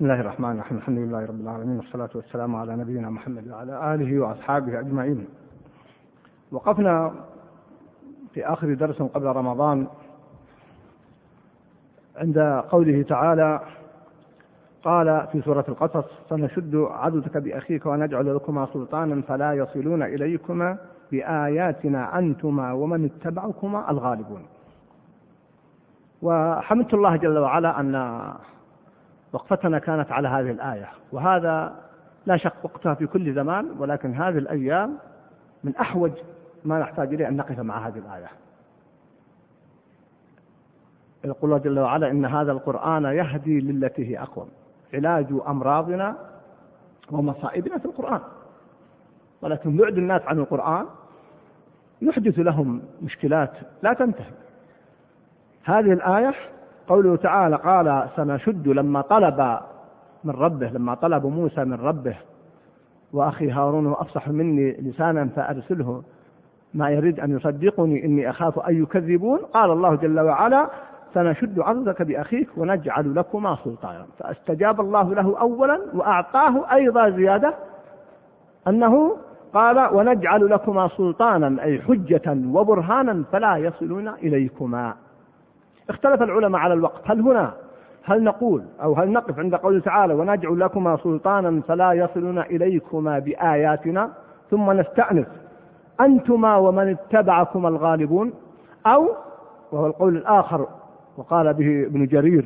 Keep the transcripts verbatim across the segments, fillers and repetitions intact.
بسم الله الرحمن الرحيم. الحمد لله رب العالمين، والصلاة والسلام على نبينا محمد وعلى آله وأصحابه أجمعين. وقفنا في آخر درس قبل رمضان عند قوله تعالى: قال في سورة القصص: سنشد عضدك بأخيك ونجعل لكما سلطانا فلا يصلون إليكما بآياتنا أنتما ومن اتبعكما الغالبون. وحمدت الله جل وعلا أن وقفتنا كانت على هذه الآية، وهذا لا شك وقتها في كل زمان، ولكن هذه الأيام من أحوج ما نحتاج إليه أن نقف مع هذه الآية. يقول الله جل وعلا: إن هذا القرآن يهدي للتي هي أقوم، علاج أمراضنا ومصائبنا في القرآن. ولكن بعد الناس عن القرآن يحدث لهم مشكلات لا تنتهي. هذه الآية قوله تعالى: قال سنشد، لما طلب من ربه لما طلب موسى من ربه: وأخي هارون هو أفصح مني لسانا فأرسله ما يريد أن يصدقني إني أخاف أن يكذبون. قال الله جل وعلا: سنشد عضدك بأخيك ونجعل لكما سلطانا. فاستجاب الله له أولا، وأعطاه أيضا زيادة أنه قال: ونجعل لكما سلطانا، أي حجة وبرهانا فلا يصلون إليكما. اختلف العلماء على الوقت، هل هنا هل نقول أو هل نقف عند قوله تعالى: ونجعل لكما سلطانا فلا يصلون إليكما بآياتنا، ثم نستأنف: أنتما ومن اتبعكما الغالبون، أو وهو القول الآخر وقال به ابن جرير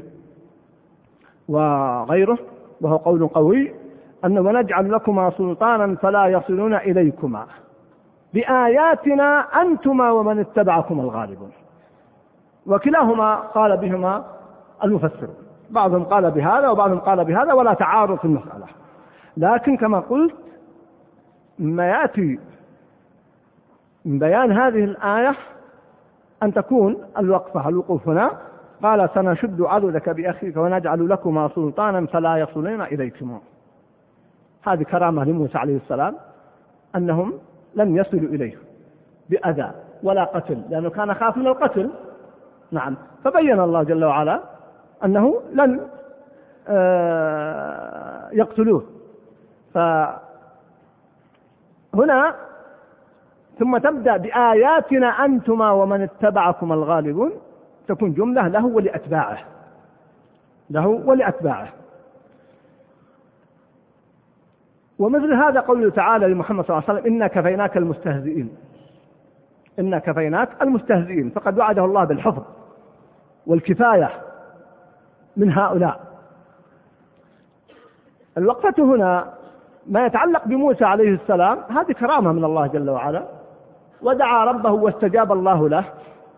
وغيره وهو قول قوي، أن ونجعل لكما سلطانا فلا يصلون إليكما بآياتنا أنتما ومن اتبعكما الغالبون. وكلاهما قال بهما المفسر، بعضهم قال بهذا وبعضهم قال بهذا، ولا تعارض في المسألة. لكن كما قلت، ما يأتي من بيان هذه الآية أن تكون الوقفة الوقوف هنا: قال سنشد عضدك بأخيك ونجعل لكما سلطانا فلا يصلون إليكما. هذه كرامة لموسى عليه السلام أنهم لم يصلوا إليه بأذى ولا قتل، لأنه كان خاف من القتل. نعم، فبين الله جل وعلا أنه لن يقتلوه. فهنا ثم تبدأ بآياتنا أنتما ومن اتبعكما الغالبون، تكون جملة له ولأتباعه له ولأتباعه. ومثل هذا قوله تعالى لمحمد صلى الله عليه وسلم: إنا كفيناك المستهزئين إنا كفيناك المستهزئين. فقد وعده الله بالحفظ والكفاية من هؤلاء. الوقفة هنا ما يتعلق بموسى عليه السلام، هذه كرامة من الله جل وعلا، ودعا ربه واستجاب الله له،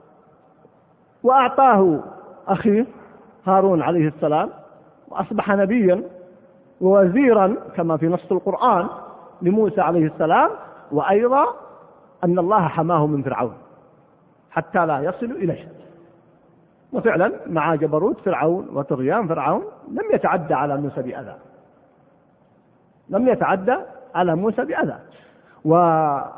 وأعطاه أخيه هارون عليه السلام، وأصبح نبيا ووزيرا كما في نص القرآن لموسى عليه السلام. وأيضا أن الله حماه من فرعون حتى لا يصل إليه. وفعلا مع جبروت فرعون وطغيان فرعون لم يتعدى على موسى بأذى لم يتعدى على موسى بأذى ونال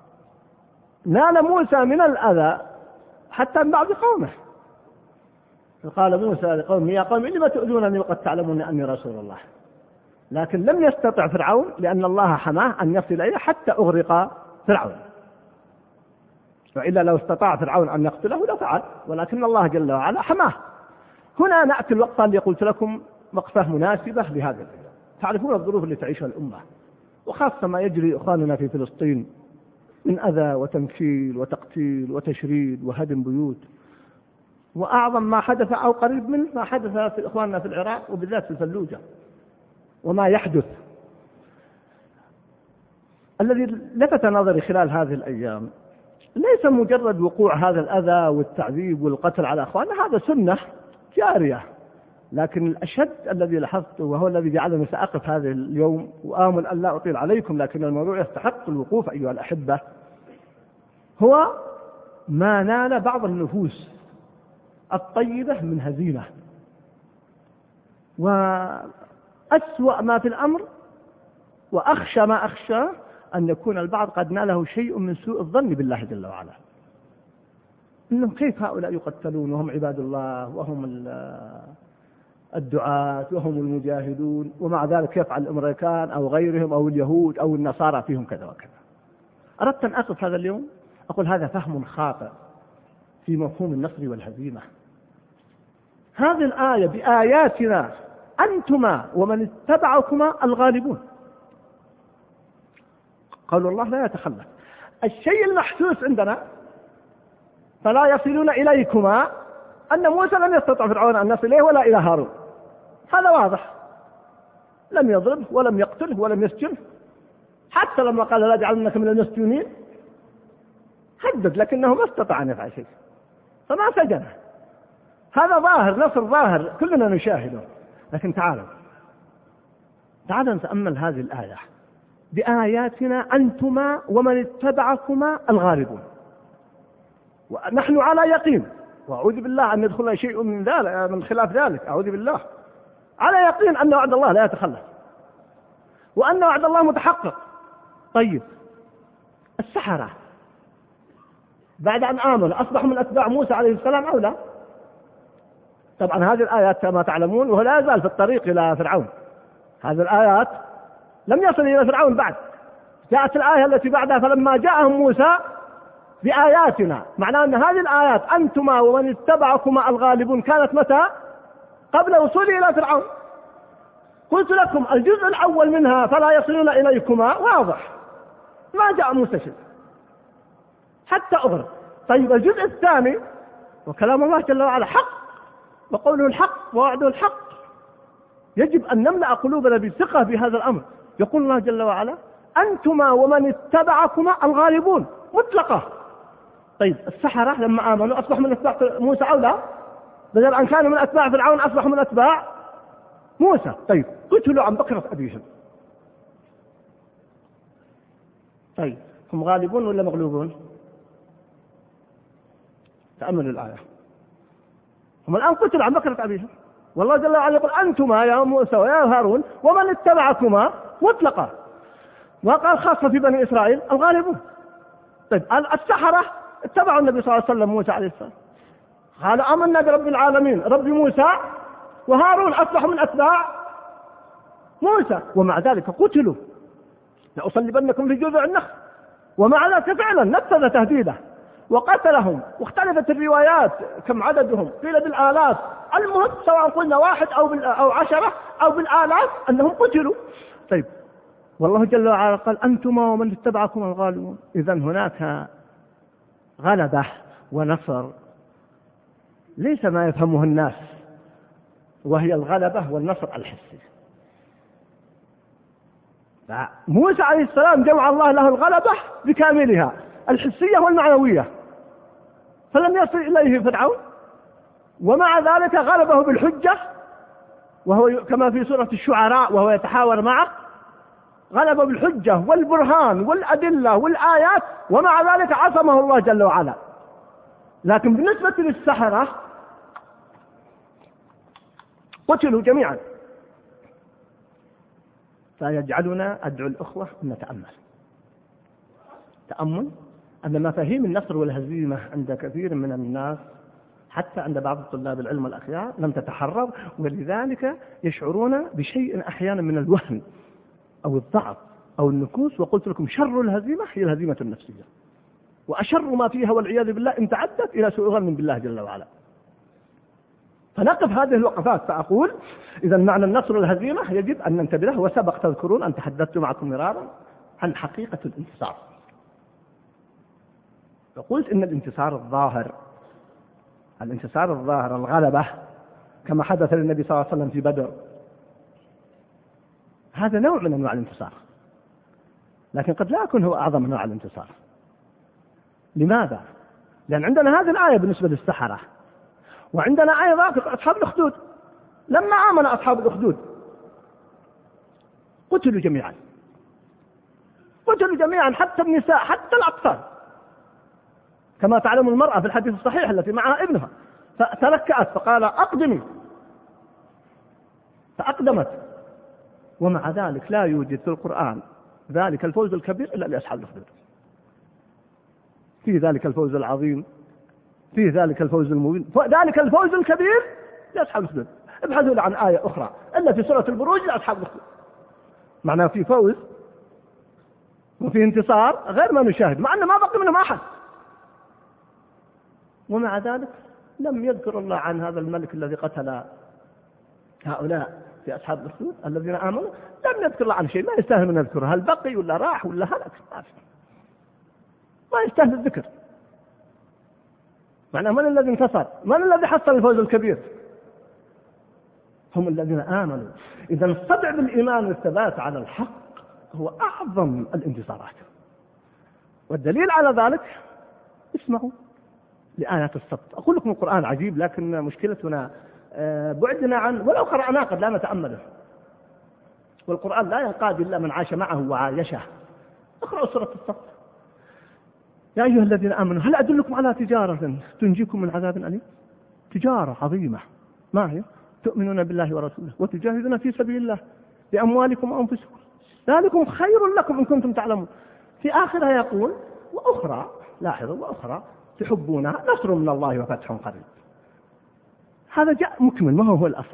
موسى من الأذى حتى من بعض قومه. قال موسى لقومه: يا قوم لم تؤذونني وقد تعلمون أني رسول الله. لكن لم يستطع فرعون، لأن الله حماه أن يصل إليه حتى أغرق فرعون. وإلا لو استطاع فرعون أن يقتله لفعل، ولكن الله جل وعلا حماه. هنا نأتي الوقفة اللي قلت لكم، وقفة مناسبة لهذا الأيام. تعرفون الظروف اللي تعيشها الأمة، وخاصة ما يجري إخواننا في فلسطين من أذى وتنكيل وتقتيل وتشريد وهدم بيوت. وأعظم ما حدث أو قريب منه ما حدث في إخواننا في العراق، وبالذات في الفلوجة. وما يحدث الذي لفت نظري خلال هذه الأيام ليس مجرد وقوع هذا الأذى والتعذيب والقتل على أخواننا، هذا سنة جارية. لكن الأشد الذي لاحظته، وهو الذي جعلني سأقف هذا اليوم، وآمل أن لا أطيل عليكم، لكن الموضوع يستحق الوقوف أيها الأحبة، هو ما نال بعض النفوس الطيبة من هزيمة. وأسوأ ما في الأمر وأخشى ما أخشى أن يكون البعض قد ناله شيء من سوء الظن بالله جل وعلا، إنه كيف هؤلاء يقتلون وهم عباد الله وهم الدعاة وهم المجاهدون، ومع ذلك يفعل الأمريكان أو غيرهم أو اليهود أو النصارى فيهم كذا وكذا. أردت أن أقف هذا اليوم أقول هذا فهم خاطئ في مفهوم النصر والهزيمة. هذه الآية بآياتنا أنتما ومن اتبعكما الغالبون. قول الله لا يتخلف. الشيء المحسوس عندنا فلا يصلون إليكما أن موسى لم يستطع فرعون أن يصل إليه ولا إلى هارون، هذا واضح، لم يضربه ولم يقتله ولم يسجنه، حتى لما قال لا جعلنك من المسجونين هدد لكنه ما استطاع أن يفعل شيء فما سجنه. هذا ظاهر، نصر ظاهر كلنا نشاهده. لكن تعالوا تعالوا نتأمل هذه الآية بآياتنا أنتما ومن اتبعكما الغالبون. ونحن على يقين، وأعوذ بالله أن يدخل شيء من ذلك من خلاف ذلك، أعوذ بالله، على يقين أن وعد الله لا يتخلف وأن وعد الله متحقق. طيب السحرة بعد أن آمنوا أصبحوا من أتباع موسى عليه السلام أو لا؟ طبعا هذه الآيات كما تعلمون وهو لا يزال في الطريق إلى فرعون، هذه الآيات لم يصل إلى فرعون بعد. جاءت الآية التي بعدها فلما جاءهم موسى بآياتنا، معناه أن هذه الآيات أنتما ومن اتبعكما الغالبون كانت متى؟ قبل وصوله إلى فرعون. قلت لكم الجزء الأول منها فلا يصلون إليكما واضح، ما جاء موسى شيء حتى أغرق. طيب الجزء الثاني وكلام الله جل وعلا حق وقوله الحق ووعده الحق، يجب أن نملأ قلوبنا بالثقة بهذا الأمر. يقول الله جل وعلا أنتما ومن اتبعكما الغالبون مطلقة. طيب السحرة لما آمنوا أصبحوا من أتباع موسى أو لا؟ بدل أن كانوا من أتباع فرعون أصبحوا من أتباع موسى. طيب قتلوا عن بكرة أبيهم. طيب هم غالبون ولا مغلوبون؟ تأملوا الآية، هم الآن قتلوا عن بكرة أبيهم، والله جل وعلا يقول أنتما يا موسى ويا هارون ومن اتبعكما مطلقة، وقال خاصة في بني إسرائيل الغالبون. طيب السحرة اتبعوا النبي صلى الله عليه وسلم موسى عليه السلام، قال آمنا برب العالمين رب موسى وهارون، أصبحوا من أتباع موسى، ومع ذلك قتلوا لأصلبنكم في جذوع النخل، ومع ذلك فعلا نفذ تهديده وقتلهم. واختلفت الروايات كم عددهم، قيل بالآلاف، المهم سواء قلنا واحد أو, أو عشرة أو بالآلاف أنهم قتلوا. طيب والله جل وعلا قال أنتما ومن اتبعكم الغالبون. إذن هناك غلبة ونصر ليس ما يفهمه الناس، وهي الغلبة والنصر الحسي. موسى عليه السلام جمع الله له الغلبة بكاملها الحسية والمعنوية، فلم يصل إليه فرعون، ومع ذلك غلبه بالحجة، وهو كما في سورة الشعراء وهو يتحاور معه، غلبه بالحجة والبرهان والأدلة والآيات، ومع ذلك عصمه الله جل وعلا. لكن بالنسبة للسحرة قتلوا جميعا. فيجعلنا أدعو الأخوة أن نتأمل تأمل أن مفاهيم النصر والهزيمة عند كثير من الناس، حتى عند بعض طلاب العلم والأخيار، لم تتحرر، ولذلك يشعرون بشيء أحيانا من الوهن أو الضعف أو النكوس. وقلت لكم شر الهزيمة هي الهزيمة النفسية، وأشر ما فيها والعياذ بالله إن تعدت إلى سوء ظن بالله جل وعلا. فنقف هذه الوقفات. فأقول إذا معنى النصر والهزيمة يجب أن ننتبه له. وسبق تذكرون أن تحدثت معكم مرارا عن حقيقة الانتصار، فقلت إن الانتصار الظاهر الانتصار الظاهر الغلبة كما حدث للنبي صلى الله عليه وسلم في بدر، هذا نوع من أنواع الانتصار، لكن قد لا يكون هو أعظم أنواع الانتصار. لماذا؟ لأن عندنا هذه الآية بالنسبة للسحرة، وعندنا آية ذاك أصحاب الأخدود. لما آمن أصحاب الأخدود قتلوا جميعا، قتلوا جميعا حتى النساء حتى الأطفال، كما تعلم المرأة في الحديث الصحيح التي معها ابنها فتلكأت فقال أقدمي فأقدمت. ومع ذلك لا يوجد في القرآن ذلك الفوز الكبير إلا لأصحاب الأخدود. في ذلك الفوز العظيم، في ذلك الفوز المبين، ذلك الفوز الكبير لأصحاب الأخدود. ابحثوا لي عن آية أخرى إلا في سورة البروج لأصحاب الأخدود. معناه في فوز وفي انتصار غير ما نشاهد، مع أنه ما بقي منهم أحد، ومع ذلك لم يذكر الله عن هذا الملك الذي قتل هؤلاء في أصحاب الأخدود الذين آمنوا، لم يذكر الله عن شيء ما يستاهل من نذكره، هل بقي ولا راح ولا هلك، ما يستاهل الذكر. معناه من الذي انتصر؟ من الذي حصل الفوز الكبير؟ هم الذين آمنوا. إذا الصدع بالإيمان والثبات على الحق هو أعظم الانتصارات، والدليل على ذلك اسمعوا لآيات السبت. أقول لكم القرآن عجيب، لكن مشكلتنا بعدنا عن ولو قرأناه قد لا نتأمله، والقرآن لا ينقاد إلا من عاش معه وعايشه. اقرأوا سورة السبت. يا أيها الذين آمنوا هل أدلكم على تجارة تنجيكم من عذاب أليم؟ تجارة عظيمة، ما هي؟ تؤمنون بالله ورسوله وتجاهدون في سبيل الله بأموالكم وأنفسكم ذلكم خير لكم إن كنتم تعلمون. في آخرها يقول وأخرى، لاحظوا، وأخرى تحبونها نصر من الله وفتح قريب. هذا جاء مكمل، ما هو الأصل.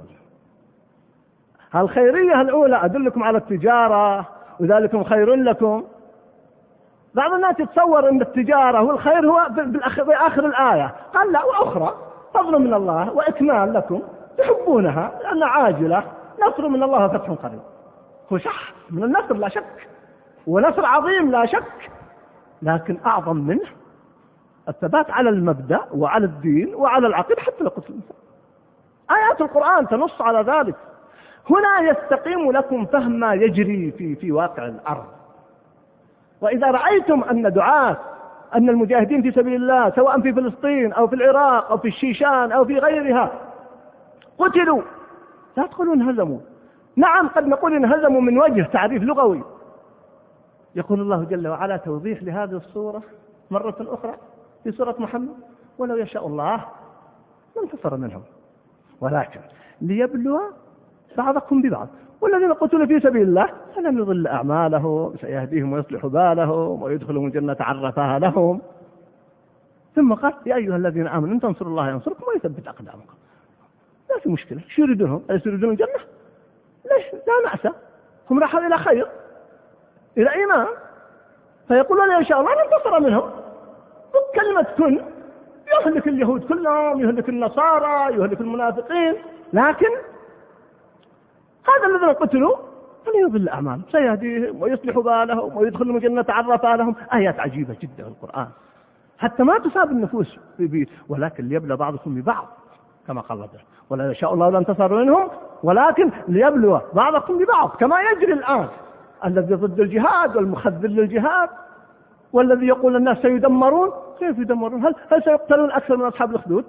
الخيرية الأولى أدلكم على التجارة وذلكم خير لكم. بعض الناس يتصور أن التجارة والخير هو بآخر الآية، قال لا، وأخرى فضل من الله وإكمال لكم تحبونها لأن عاجلة نصر من الله وفتح قريب. هو صح من النصر لا شك، ونصر عظيم لا شك، لكن أعظم منه الثبات على المبدأ وعلى الدين وعلى العقيدة حتى لو قتل الإنسان. آيات القرآن تنص على ذلك. هنا يستقيم لكم فهم ما يجري في في واقع الأرض. وإذا رأيتم أن دعاة أن المجاهدين في سبيل الله سواء في فلسطين أو في العراق أو في الشيشان أو في غيرها قتلوا، لا تقولوا انهزموا. نعم قد نقول انهزموا من وجه تعريف لغوي. يقول الله جل وعلا توضيح لهذه الصورة مرة أخرى في سورة محمد ولو يشاء الله ما انتصر منهم ولكن ليبلو بعضكم ببعض والذين قتلوا في سبيل الله فلن يضل أعمالهم سيهديهم ويصلح بالهم ويدخلهم الجنة عرفها لهم. ثم قال يا أيها الذين آمنوا إن تنصروا الله ينصركم ويثبت أقدامكم. لا في مشكلة. شو يريدونهم؟ يريدون الجنة؟ ليش؟ لا مأسى، هم راحوا إلى خير إلى إيمان، فيقولون إن شاء الله ننتصر منهم. كلمة كن يهلك اليهود كلهم، يهلك النصارى، يهلك المنافقين، لكن هذا الذين قتلوا فلن يضل أعمالهم سيهديهم ويصلح بالهم ويدخلهم الجنة عرفها لهم. آيات عجيبة جدا في القرآن حتى ما تصاب النفوس بي ولكن ليبلى بعضكم ببعض كما قال الله ولا يشاء الله لانتصروا منهم ولكن ليبلو بعضكم ببعض كما يجري الآن الذي ضد الجهاد والمخذل للجهاد والذي يقول الناس سيدمرون. كيف يدمرون؟ هل, هل سيقتلون أكثر من أصحاب الأخدود؟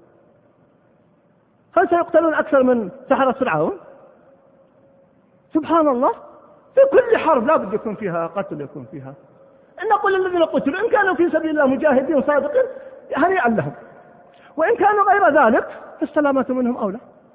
هل سيقتلون أكثر من سحرة فرعون؟ سبحان الله. في كل حرب لا بد يكون فيها قتل، يكون فيها. إن نقول الذين قتلوا إن كانوا في سبيل الله مجاهدين صادقين هنيئا لهم، وإن كانوا غير ذلك فالسلامة منهم أولى،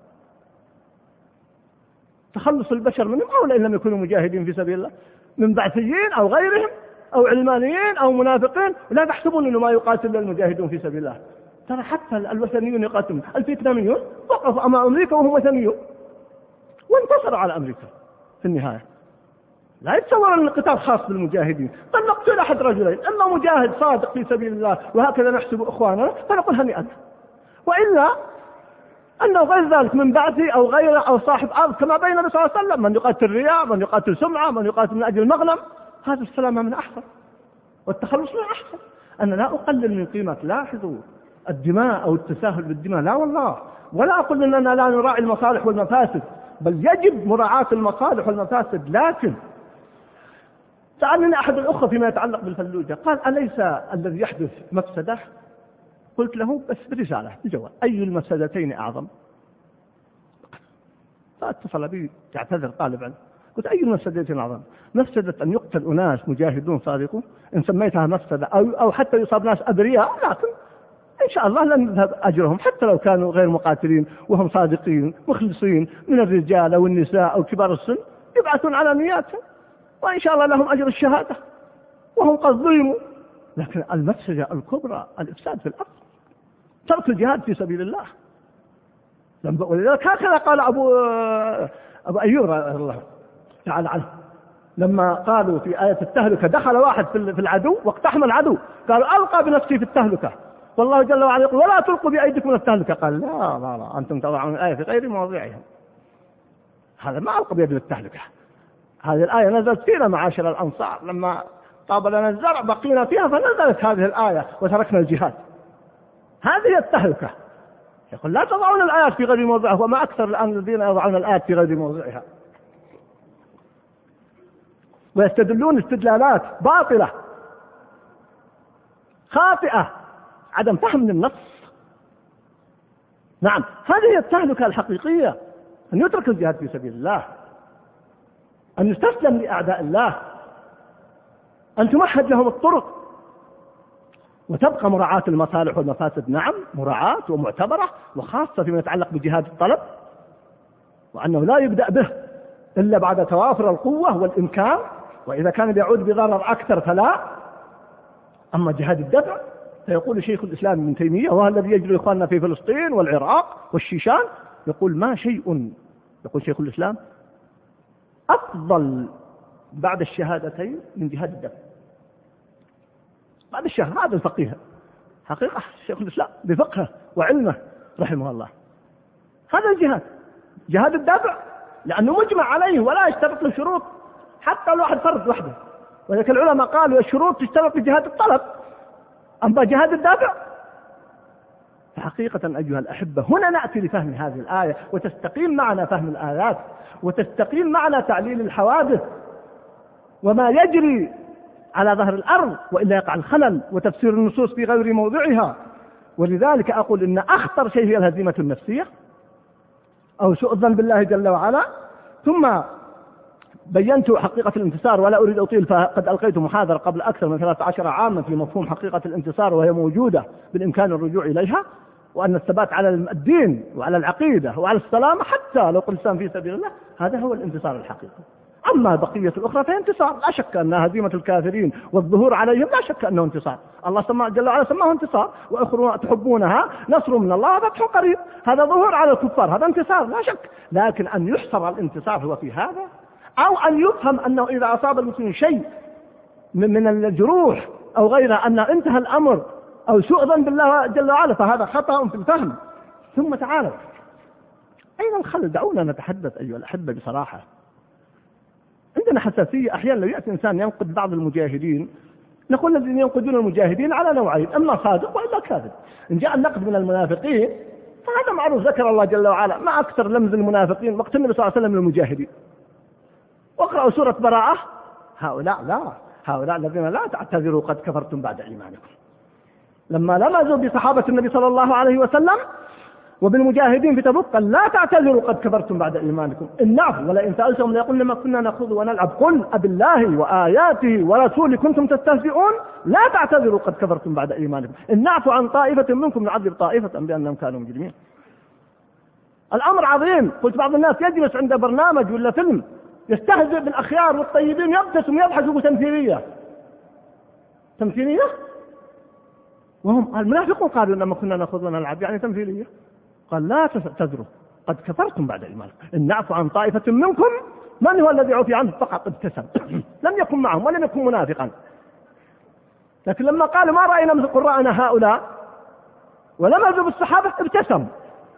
تخلص البشر منهم أولى إن لم يكونوا مجاهدين في سبيل الله من بعثيين أو غيرهم أو علمانيين أو منافقين. لا تحسبون إنه ما يقاتل المجاهدون في سبيل الله، ترى حتى الوثنيون يقاتلون. الفيتناميون وقفوا أمام أمريكا وهم وثنيون وانتصروا على أمريكا في النهاية. لا يتصور أن القتال خاص بالمجاهدين. قد نقتل أحد رجلين أما مجاهد صادق في سبيل الله وهكذا نحسب إخواننا فنقول هنيئا، وإلا أنه غير ذلك من بعثي أو غيره أو صاحب أرض كما بين النبي صلى الله عليه وسلم من يقاتل رياء، من يقاتل سمعة، من يقاتل من أجل المغنم. هذا السلامة من أحسن والتخلص من أحسن. أنا لا أقلل من قيمة، لاحظوا، الدماء أو التساهل بالدماء، لا والله، ولا أقول أننا لا نراعي المصالح والمفاسد، بل يجب مراعاة المصالح والمفاسد. لكن سألني أحد الأخوة فيما يتعلق بالفلوجة قال أليس الذي يحدث مفسدة؟ قلت له بس برسالة بجواب أي المفسدتين أعظم؟ فاتصل بي تعتذر طالب عنه، قلت أي المفسدتين أعظم؟ مفسدة أن يقتل أناس مجاهدون صادقون إن سميتها مفسدة، أو, أو حتى يصاب ناس أبرياء، لكن إن شاء الله لن يذهب أجرهم حتى لو كانوا غير مقاتلين وهم صادقين مخلصين من الرجال أو النساء أو كبار السن، يبعثون على نياتهم وإن شاء الله لهم أجر الشهادة وهم قد ظلموا. لكن المفسدة الكبرى الإفساد في الأرض، ترك الجهاد في سبيل الله. ولذلك هكذا قال أبو, أبو أيوب الله تعالى عنه لما قالوا في آية التهلكة دخل واحد في العدو واقتحم العدو قالوا ألقى بنفسي في التهلكة والله جل وعلا يقول ولا تلقوا بأيديكم من التهلكة قال لا لا لا أنتم تضعون الآية في غير مواضعها. هذا ما ألقى بيده التهلكة. هذه الآية نزلت فينا معاشر الأنصار لما طاب لنا الزرع بقينا فيها فنزلت هذه الآية وتركنا الجهاد. هذه التهلكة. يقول لا تضعون الآيات في غير موضعها وما أكثر الآن الذين يضعون الآيات في غير موضعها ويستدلون استدلالات باطلة خاطئة عدم فهم للنص. نعم هذه هي التهلكة الحقيقية أن يترك الجهاد في سبيل الله أن يستسلم لأعداء الله أن تمهد لهم الطرق وتبقى مراعاة المصالح والمفاسد. نعم مراعاة ومعتبرة وخاصة فيما يتعلق بجهاد الطلب وأنه لا يبدأ به إلا بعد توافر القوة والإمكان وإذا كان بيعود بضرر أكثر فلا. أما جهاد الدفع فيقول شيخ الإسلام ابن تيمية وهو الذي يجري إخواننا في فلسطين والعراق والشيشان يقول ما شيء يقول شيخ الإسلام أفضل بعد الشهادتين من جهاد الدفع. بعد الشهادة هذا الفقيه حقيقة شيخ الإسلام بفقهه وعلمه رحمه الله هذا الجهاد جهاد الدفع لأنه مجمع عليه ولا يشترط له شروط حتى الواحد فرد وحده. ولكن العلماء قالوا الشروط تشترط في جهاد الطلب. أما جهاد الدافع فحقيقة أيها الأحبة هنا نأتي لفهم هذه الآية وتستقيم معنا فهم الآيات وتستقيم معنا تعليل الحوادث وما يجري على ظهر الأرض وإلا يقع الخلل وتفسير النصوص في غير موضعها. ولذلك أقول إن أخطر شيء هي الهزيمة النفسية أو سوء الظن بالله جل وعلا. ثم بينت حقيقة الانتصار ولا أريد أطيل فقد ألقيت محاضرة قبل أكثر من ثلاثة عشر عاما في مفهوم حقيقة الانتصار وهي موجودة بالإمكان الرجوع إليها وأن الثبات على الدين وعلى العقيدة وعلى السلامة حتى لو قل الإنسان في سبيل الله هذا هو الانتصار الحقيقي. أما بقية الأخرى فهي انتصار لا شك أن هزيمة الكافرين والظهور عليهم لا شك أنه انتصار. الله سماه جل وعلا سماه انتصار وأخرى تحبونها نصر من الله فتح قريب. هذا ظهور على الكفار هذا انتصار لا شك. لكن أن يحصر الانتصار هو في هذا أو أن يفهم أنه إذا أصاب المسلمين شيء من الجروح أو غيرها أن انتهى الأمر أو سوء ظن بالله جل وعلا فهذا خطأ في الفهم. ثم تعالوا أين الخلل؟ دعونا نتحدث أيها الأحبة بصراحة. عندنا حساسية أحيانا لو يأتي إنسان ينقد بعض المجاهدين نقول الذين ينقدون المجاهدين على نوعين أما صادق وإلا كاذب. إن جاء النقد من المنافقين فهذا معروف ذكر الله جل وعلا ما أكثر لمز المنافقين وقت النبي صلى الله عليه وسلم للمجاهدين. واقرأوا سورة براءة هؤلاء لا هؤلاء الذين لا تعتذروا قد كفرتم بعد إيمانكم. لما لمزوا بصحابة النبي صلى الله عليه وسلم وبالمجاهدين في تبوك قال لا تعتذروا قد كفرتم بعد إيمانكم إن نعفو ولئن سألتم ليقولن ما كنا نخوض ونلعب قل أبالله وآياته ورسوله كنتم تستهزئون لا تعتذروا قد كفرتم بعد إيمانكم إن نعفو عن طائفة منكم نعذب طائفة بأنهم كانوا مجرمين. الأمر عظيم. قلت بعض الناس يجلس عند برنامج ولا فيلم يستهزئ بالأخيار والطيبين يبتسم يضحك بتمثيلية تمثيلية وهم المنافقون قالوا إنما كنا نخوض ونلعب يعني تمثيلية. قال لا تعتذروا قد كفرتم بعد إيمانكم إن نعفو عن طائفة منكم من هو الذي عفي عنه فقط ابتسم لم يكن معهم ولم يكن منافقا. لكن لما قالوا ما رأينا مثل قراءنا هؤلاء ولمزوا بالصحابة ابتسم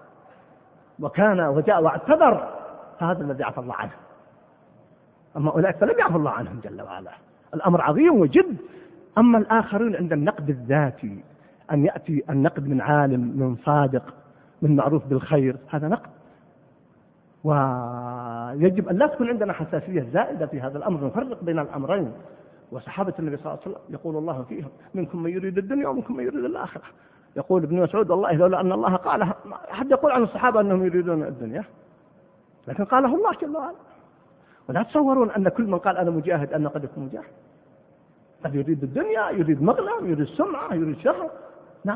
وكان وجاء واعتذر فهذا الذي عفى الله عنه. أما أولئك فلم يعفو الله عنهم جل وعلا. الأمر عظيم وجد. أما الآخرون عند النقد الذاتي أن يأتي النقد من عالم من صادق من معروف بالخير هذا نقد. ويجب أن لا تكون عندنا حساسية زائدة في هذا الأمر نفرق بين الأمرين. وصحابة النبي صلى الله عليه وسلم يقول الله فيهم منكم من يريد الدنيا ومنكم من يريد الآخرة. يقول ابن مسعود والله لولا أن الله قال حد يقول عن الصحابة أنهم يريدون الدنيا لكن قاله الله جل وعلا. ولا تصورون أن كل من قال أنا مجاهد أن قد يكون مجاهد. قد يريد الدنيا يريد مغنم يريد سمعة يريد شهرة. نعم.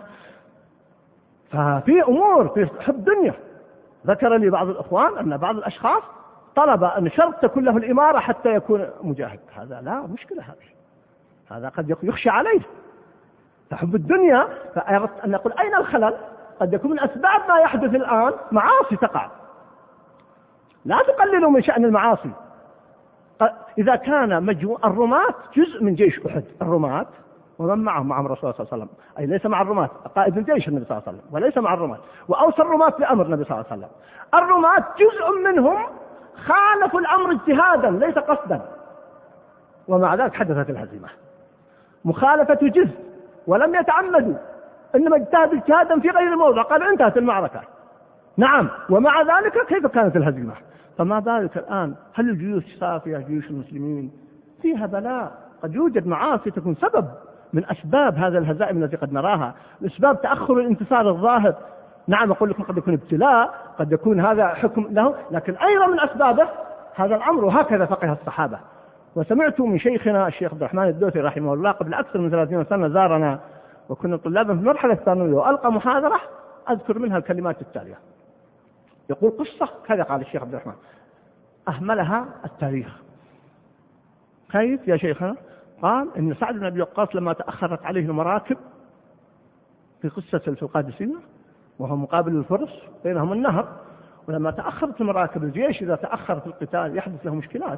ففي أمور في حب الدنيا. ذكر لي بعض الأخوان أن بعض الأشخاص طلب أن شرط تكون له الإمارة حتى يكون مجاهد. هذا لا مشكلة هذه. هذا قد يخشى عليه فحب الدنيا. فأردت أن نقول أين الخلل؟ قد يكون من أسباب ما يحدث الآن معاصي تقع. لا تقللوا من شأن المعاصي. إذا كان مجموع الرماة جزء من جيش أحد، الرماة ومن معهم معهم الرسول صلى الله عليه وسلم، أي ليس مع الرماة قائد الجيش النبي صلى الله عليه وسلم، وليس مع الرماة، وأوصى الرماة بأمر النبي صلى الله عليه وسلم. الرماة جزء منهم خالفوا الأمر اجتهادا ليس قصدا، ومع ذلك حدثت الهزيمة. مخالفة جزء ولم يتعمدوا، إنما اجتهدوا اجتهادا في غير الموضع، قال انتهت المعركة. نعم، ومع ذلك كيف كانت الهزيمة؟ فما بالك الآن؟ هل الجيوش صافية جيوش المسلمين فيها بلاء؟ قد يوجد معاصي تكون سبب من أسباب هذا الهزائم التي قد نراها، أسباب تأخر الانتصار الظاهر. نعم، أقول لكم قد يكون ابتلاء، قد يكون هذا حكم له، لكن أيضا من أسبابه هذا الأمر. وهكذا فقه الصحابة. وسمعت من شيخنا الشيخ عبد الرحمن الدوثي رحمه الله قبل أكثر من ثلاثين سنة زارنا وكنا طلابا في المرحلة الثانوية، وألقى محاضرة أذكر منها الكلمات التالية. يقول قصة كذا، قال الشيخ عبد الرحمن أهملها التاريخ. كيف يا شيخنا؟ قال إن سعد بن أبي وقاص لما تأخرت عليه المراكب في قصة في القادسية وهو مقابل الفرس بينهم النهر، ولما تأخرت المراكب الجيش إذا تأخر في القتال يحدث له مشكلات.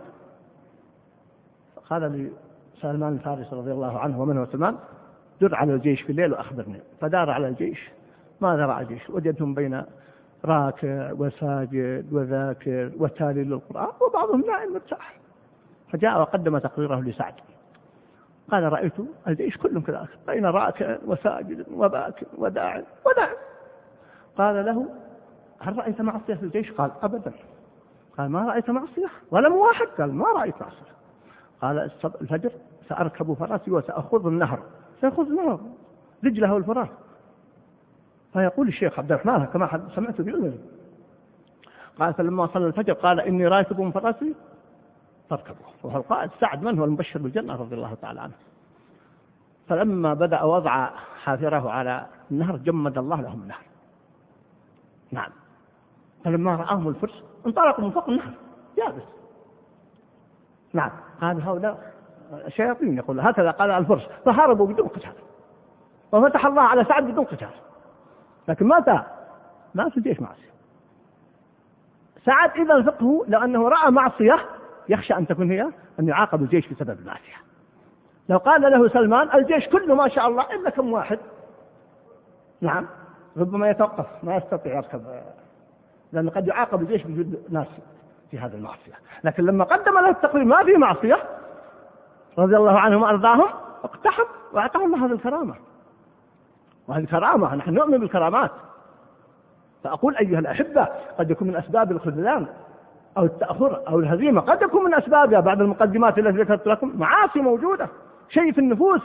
قال لسلمان الفارسي رضي الله عنه ومن هو سلمان: در على الجيش في الليل وأخبرني. فدار على الجيش، ماذا رأى الجيش؟ وجدهم بين راكع وساجد وذاكر وتالي للقرآن وبعضهم نائم مرتاح. فجاء وقدم تقريره لسعد، قال: رأيت الجيش كلهم كذلك بين راكع وساجد وباكر وداع وداع. قال له: هل رأيت معصية في الجيش؟ قال: أبدا. قال: ما رأيت معصية ولا واحد؟ قال: ما رأيت معصية. قال: الفجر سأركب فراسي وسأخذ النهر، سأخذ النهر رجله الفراس. فيقول الشيخ عبد الرحمن كما سمعت بأذني، قال: فلما صلى الفجر قال: إني راكب من فراسي فاركبوا. وهو القائد سعد من هو المبشر بالجنة رضي الله تعالى عنه. فلما بدأ وضع حافره على النهر جمد الله لهم النهر. نعم. فلما رآهم الفرس انطلقوا من فوق النهر يابس. نعم. قال: هؤلاء شياطين، يقول هكذا قال الفرس، فهربوا بدون قتال، وفتح الله على سعد بدون قتال. لكن متى؟ ما في الجيش معصية. سعد إذا فقه لو أنه رأى معصية يخشى أن تكون هي أن يعاقب الجيش بسبب المعصية. لو قال له سلمان الجيش كله ما شاء الله إلا كم واحد، نعم، ربما يتوقف ما يستطيع يركب، لأنه قد يعاقب الجيش بوجود ناس في هذه المعصية. لكن لما قدم له التقرير ما في معصية رضي الله عنهم وأرضاهم اقتحم وأعطاه الله هذه الكرامة. وهذه كرامة، نحن نؤمن بالكرامات. فأقول أيها الأحبة قد يكون من أسباب الخذلان أو التأخر أو الهزيمة، قد يكون من أسبابها بعد المقدمات التي ذكرت لكم معاصي موجودة، شيء في النفوس،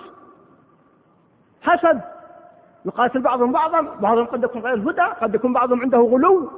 حسد، يقاتل بعضهم بعضا، بعضهم قد يكون غير الهدى، قد يكون بعضهم عنده غلو.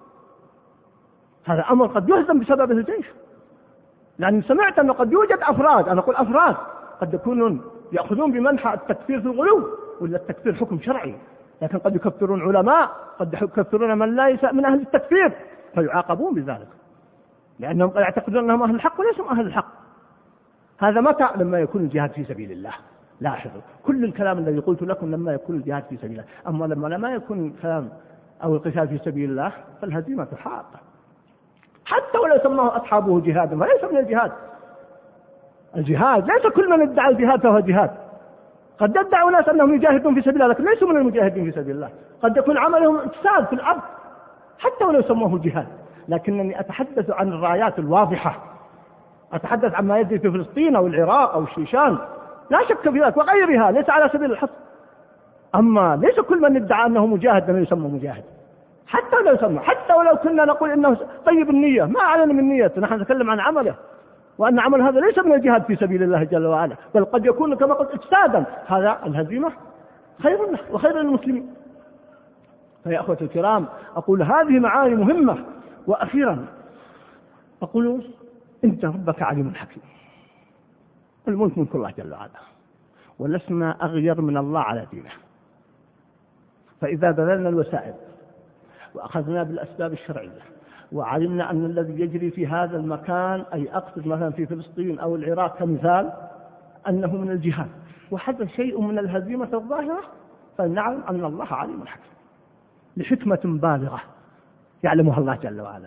هذا أمر قد يهزم بسببه الجيش. لأن سمعت أنه قد يوجد أفراد، أنا أقول أفراد، قد يكونون يأخذون بمنحى التكفير في الغلو، ولا التكفير حكم شرعي، لكن قد يكفرون علماء، قد يكفرون من ليس من أهل التكفير فيعاقبون بذلك، لأنهم قد يعتقدون أنهم أهل الحق وليسوا أهل الحق. هذا متى؟ لما يكون الجهاد في سبيل الله. لاحظوا كل الكلام الذي قلت لكم لما يكون الجهاد في سبيل الله، أما لما لما يكون الكلام أو القتال في سبيل الله فالهزيمة حاقة، حتى ولو سماه أصحابه جهادا فليس من الجهاد. الجهاد ليس كل من ادعى الجهاد فهو جهاد. قد يدعوا ناس أنهم يجاهدون في سبيل الله لكن ليسوا من المجاهدين في سبيل الله، قد يكون عملهم اجساد في الأرض حتى ولو سموه جهاد. لكنني أتحدث عن الرايات الواضحة، أتحدث عن ما يجري في فلسطين أو العراق أو الشيشان، لا شك في ذلك، وغيرها ليس على سبيل الحصر. أما ليس كل من ادعى أنه مجاهد لم يسمى مجاهد، حتى ولو سمى، حتى ولو كنا نقول إنه طيب النية، ما أعلن من نيته، نحن نتكلم عن عمله، وأن عمل هذا ليس من الجهاد في سبيل الله جل وعلا، بل قد يكون كما قلت إفسادا. هذا الهزيمة خير له وخير للمسلمين. فيا أخوة الكرام أقول هذه معاني مهمة. وأخيرا أقول أنت ربك عليم حكيم، الملك ملك الله جل وعلا، ولسنا أغير من الله على دينه. فإذا بذلنا الوسائل وأخذنا بالأسباب الشرعية وعلمنا أن الذي يجري في هذا المكان، أي أقصد مثلا في فلسطين أو العراق كمثال، أنه من الجهاد وحدث شيء من الهزيمة الظاهرة، فلنعلم أن الله عليم حكيم. لحكمة بالغة يعلمها الله جل وعلا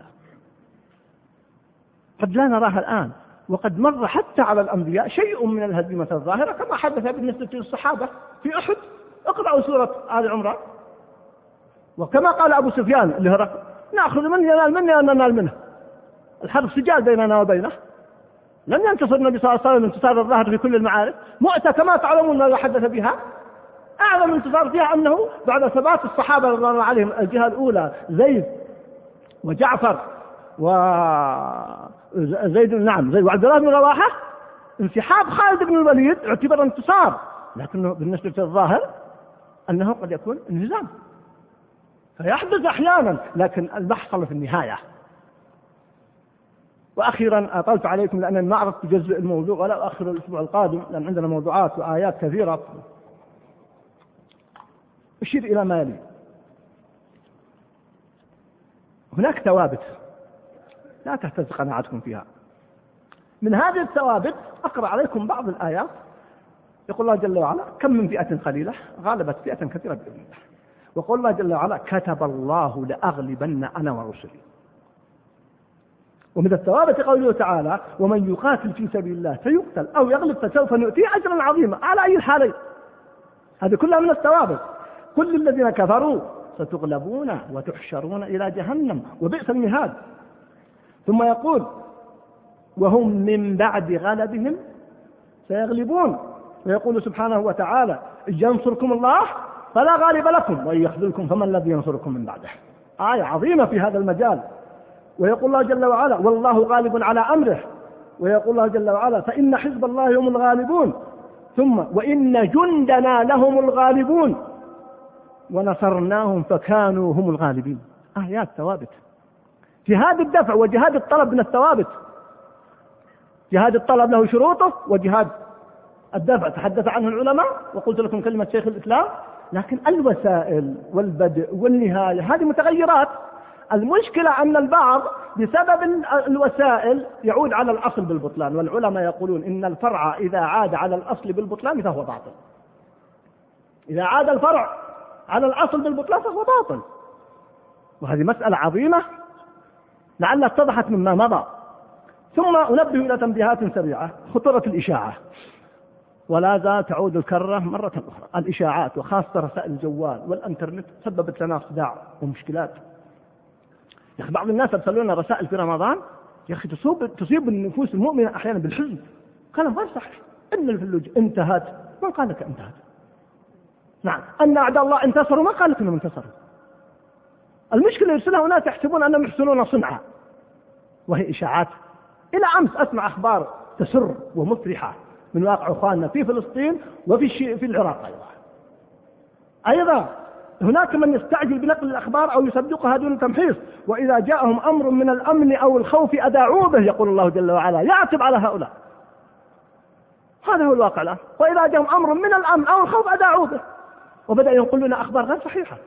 قد لا نراها الآن، وقد مر حتى على الأنبياء شيء من الهزيمة الظاهرة كما حدث بالنسبة للصحابة في أحد. اقرأوا سورة آل عمران. وكما قال أبو سفيان لهرقل نأخذ من ينال مني أن ننال منه، الحرب سجال بيننا وبينه. لم ينتصر النبي صلى الله عليه وسلم انتصار الظاهر في كل المعارك. مؤتة كما تعلمون ما حدث بها أعظم انتصار فيها أنه بعد ثبات الصحابة رضي الله عليهم الجهة الأولى زيد وجعفر وزيد نعم زيد وعبد الله بن رواحة، انسحاب خالد بن الوليد اعتبر انتصار، لكنه بالنسبة للظاهر أنه قد يكون انهزام، فيحدث أحيانا لكن المحصل في النهاية. وأخيرا أطلت عليكم لأنني ما عرفت جزء الموضوع ولا أؤخر الأسبوع القادم لأن عندنا موضوعات وآيات كثيرة. أشير إلى ما يلي. هناك ثوابت لا تهتز قناعتكم فيها. من هذه الثوابت أقرأ عليكم بعض الآيات. يقول الله جل وعلا كم من فئة قليلة غالبت فئة كثيرة بإذن الله. وقول الله جل وعلا كتب الله لأغلبن أنا ورسلي. ومن الثوابت قوله تعالى ومن يقاتل في سبيل الله فيقتل أو يغلب فسوف نؤتيه أجرا عظيما. على أي الحالين هذه كلها من الثوابت. كل الذين كفروا ستغلبون وتحشرون إلى جهنم وبئس المهاد. ثم يقول وهم من بعد غلبهم سيغلبون. ويقول سبحانه وتعالى إن ينصركم الله فلا غالب لكم وإن يخذلكم فمن الذي ينصركم من بعده. آية عظيمة في هذا المجال. ويقول الله جل وعلا والله غالب على أمره. ويقول الله جل وعلا فإن حزب الله هم الغالبون. ثم وإن جندنا لهم الغالبون ونصرناهم فكانوا هم الغالبين. آيات ثوابت. جهاد الدفع وجهاد الطلب من الثوابت. جهاد الطلب له شروطه وجهاد الدفع تحدث عنه العلماء وقلت لكم كلمة شيخ الإسلام. لكن الوسائل والبدء والنهاية هذه متغيرات. المشكلة أن البعض بسبب الوسائل يعود على الأصل بالبطلان، والعلماء يقولون إن الفرع إذا عاد على الأصل بالبطلان فهو باطل. إذا عاد الفرع على الأصل بالبطلان فهو باطل. وهذه مسألة عظيمة لعلها اتضحت مما مضى. ثم أنبه إلى تنبيهات سريعة. خطورة الإشاعة ولا زال تعود الكرة مرة أخرى. الإشاعات وخاصة رسائل الجوال والإنترنت سببت لنا صداع ومشكلات. يا أخي بعض الناس يرسلون رسائل في رمضان يا أخي تصيب تصيب النفوس المؤمنة أحيانا بالحزن. كلام غير صحيح. إن الفلوج انتهت. من قال لك انتهت؟ نعم. أن أعداء الله انتصروا. ما قال لك أنهم انتصروا. المشكلة يرسلها ناس يحسبون أنهم يحسنون صنعا وهي إشاعات. إلى أمس أسمع أخبار تسر ومفرحة من واقع أخواننا في فلسطين وفي في العراق أيضا. أيضا هناك من يستعجل بنقل الأخبار أو يصدقها دون تمحيص. وإذا جاءهم أمر من الأمن أو الخوف أذاعوا به. يقول الله جل وعلا يعتب على هؤلاء. هذا هو الواقع الآن. وإذا جاءهم أمر من الأمن أو الخوف أذاعوا به وبدأ ينقلون أخبار غير صحيحة.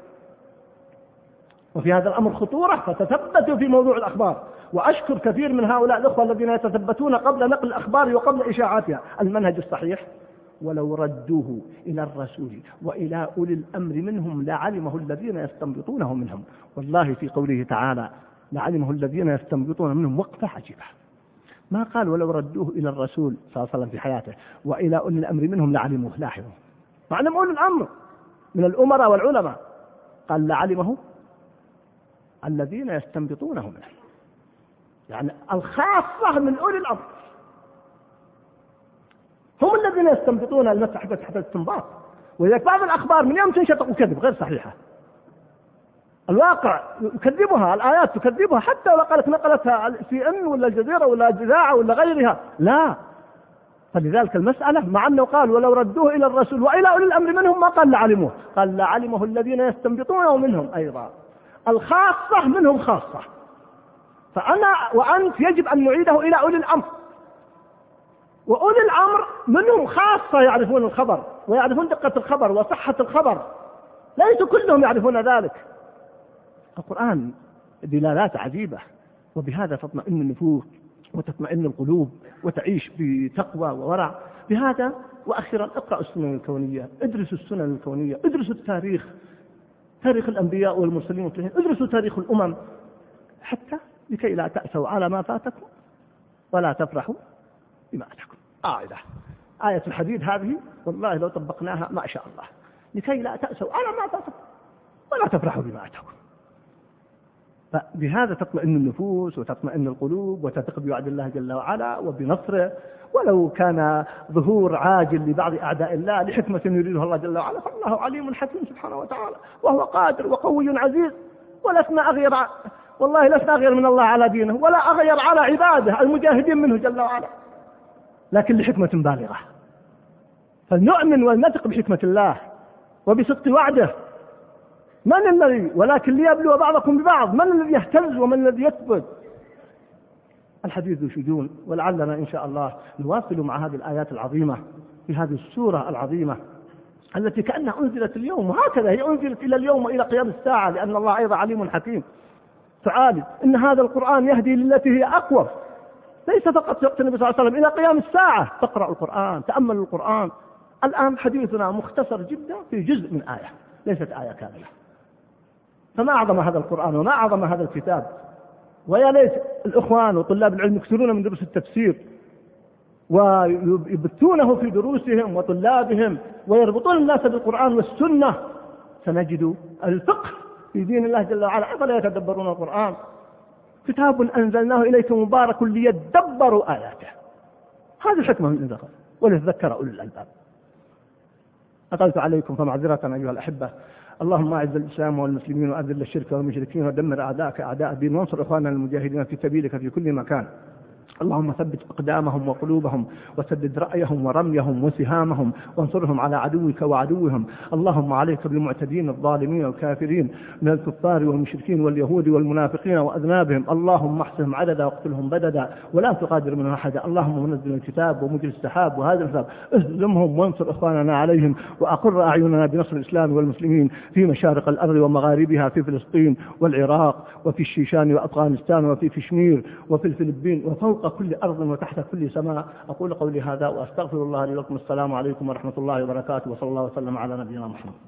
وفي هذا الأمر خطورة فتثبتوا في موضوع الأخبار. وأشكر كثير من هؤلاء الأخوة الذين يتثبتون قبل نقل الأخبار وقبل إشاعاتها. المنهج الصحيح ولو ردوه إلى الرسول وإلى أولي الأمر منهم لعلمه الذين يستنبطونه منهم. والله في قوله تعالى لعلمه الذين يستنبطون منهم وقفة عجيبة. ما قال ولو ردوه إلى الرسول صلى الله عليه وسلم في حياته وإلى أولي الأمر منهم لعلموه. لاحظوا معلم أولي الأمر من الأمراء والعلماء. قال لعلمه الذين يستنبطونه منه، يعني الخاصة من أولي الأمر هم الذين يستنبطون المسح بس حتى الاستنباط. وإذا بعض الأخبار من يوم تنشط وكذب غير صحيحة. الواقع يكذبها، الآيات تكذبها حتى لو قالت نقلتها سي إن ولا الجزيرة ولا الجذاعة ولا غيرها. لا. فلذلك المسألة مع أنه قال ولو ردوه إلى الرسول وإلى أولي الأمر منهم ما قال لعلموه. قال لعلمه الذين يستنبطونه منهم أيضا. الخاصة منهم خاصة. فأنا وأنت يجب أن نعيده إلى أولي الأمر. وأولي الأمر منهم خاصة يعرفون الخبر ويعرفون دقة الخبر وصحة الخبر. ليس كلهم يعرفون ذلك. القرآن دلالات عجيبة وبهذا تطمئن النفوس وتطمئن القلوب وتعيش بتقوى وورع. بهذا وأخيرا اقرأوا السنن الكونية، ادرسوا السنن الكونية، ادرسوا التاريخ. تاريخ الأنبياء والمرسلين والمرسلين، ادرسوا تاريخ الأمم حتى لكي لا تأسوا على ما فاتكم ولا تفرحوا بما أتاكم. قاعدة آية الحديد هذه والله لو طبقناها ما شاء الله، لكي لا تأسوا على ما فاتكم ولا تفرحوا بما أتاكم. فبهذا تطمئن النفوس وتطمئن القلوب وتثق بوعد الله جل وعلا وبنصره، ولو كان ظهور عاجل لبعض أعداء الله لحكمة يريدها الله جل وعلا، فالله عليم حكيم سبحانه وتعالى، وهو قادر وقوي عزيز، ولسنا أغير والله لسنا أغير من الله على دينه، ولا أغير على عباده المجاهدين منه جل وعلا، لكن لحكمة بالغة. فلنؤمن ونثق بحكمة الله وبصدق وعده. من الذي ولكن ليبلو بعضكم ببعض، من الذي يهتز ومن الذي يثبت؟ الحديث شجون، ولعلنا إن شاء الله نواصل مع هذه الآيات العظيمة في هذه السورة العظيمة التي كأنها أنزلت اليوم، وهكذا هي أنزلت إلى اليوم وإلى قيام الساعة، لأن الله أيضا عليم حكيم. تعالى إن هذا القرآن يهدي للتي هي أقوى، ليس فقط وقت النبي صلى الله عليه وسلم، إلى قيام الساعة تقرأ القرآن، تأمل القرآن. الآن حديثنا مختصر جدا في جزء من آية، ليست آية كاملة. فما أعظم هذا القرآن وما أعظم هذا الكتاب. ويا ليت الإخوان وطلاب العلم يكثرون من دروس التفسير ويبثونه في دروسهم وطلابهم ويربطون الناس بالقرآن والسنة، سنجد الفقه في دين الله جل وعلا. أفلا يتدبرون القرآن؟ كتاب أنزلناه إليكم مبارك ليدبروا آياته. هذه الحكمة من ذكر وليتذكر أولو الألباب. أطلت عليكم فمعذرة أيها الأحبة. اللهم أعز الإسلام والمسلمين وأذل الشرك والمشركين ودمر أعداءك أعداء الدين، وانصر إخواننا المجاهدين في سبيلك في كل مكان. اللهم ثبت أقدامهم وقلوبهم وسدد رأيهم ورميهم وسهامهم، وانصرهم على عدوك وعدوهم. اللهم عليك بالمعتدين الظالمين الكافرين من الكفار والمشركين واليهود والمنافقين وأذنابهم. اللهم احصهم عددا واقتلهم بددا ولا تقادر منهم أحدا. اللهم منزل الكتاب ومجري السحاب وهذا الكتاب اهزمهم وانصر إخواننا عليهم، وأقر أعيننا بنصر الإسلام والمسلمين في مشارق الأرض ومغاربها، في فلسطين والعراق وفي الشيشان وأفغانستان وفي كشمير وفي الفلبين وفوق كل أرض وتحت كل سماء. أقول قولي هذا وأستغفر الله لي ولكم. السلام عليكم ورحمة الله وبركاته، وصلى الله وسلم على نبينا محمد.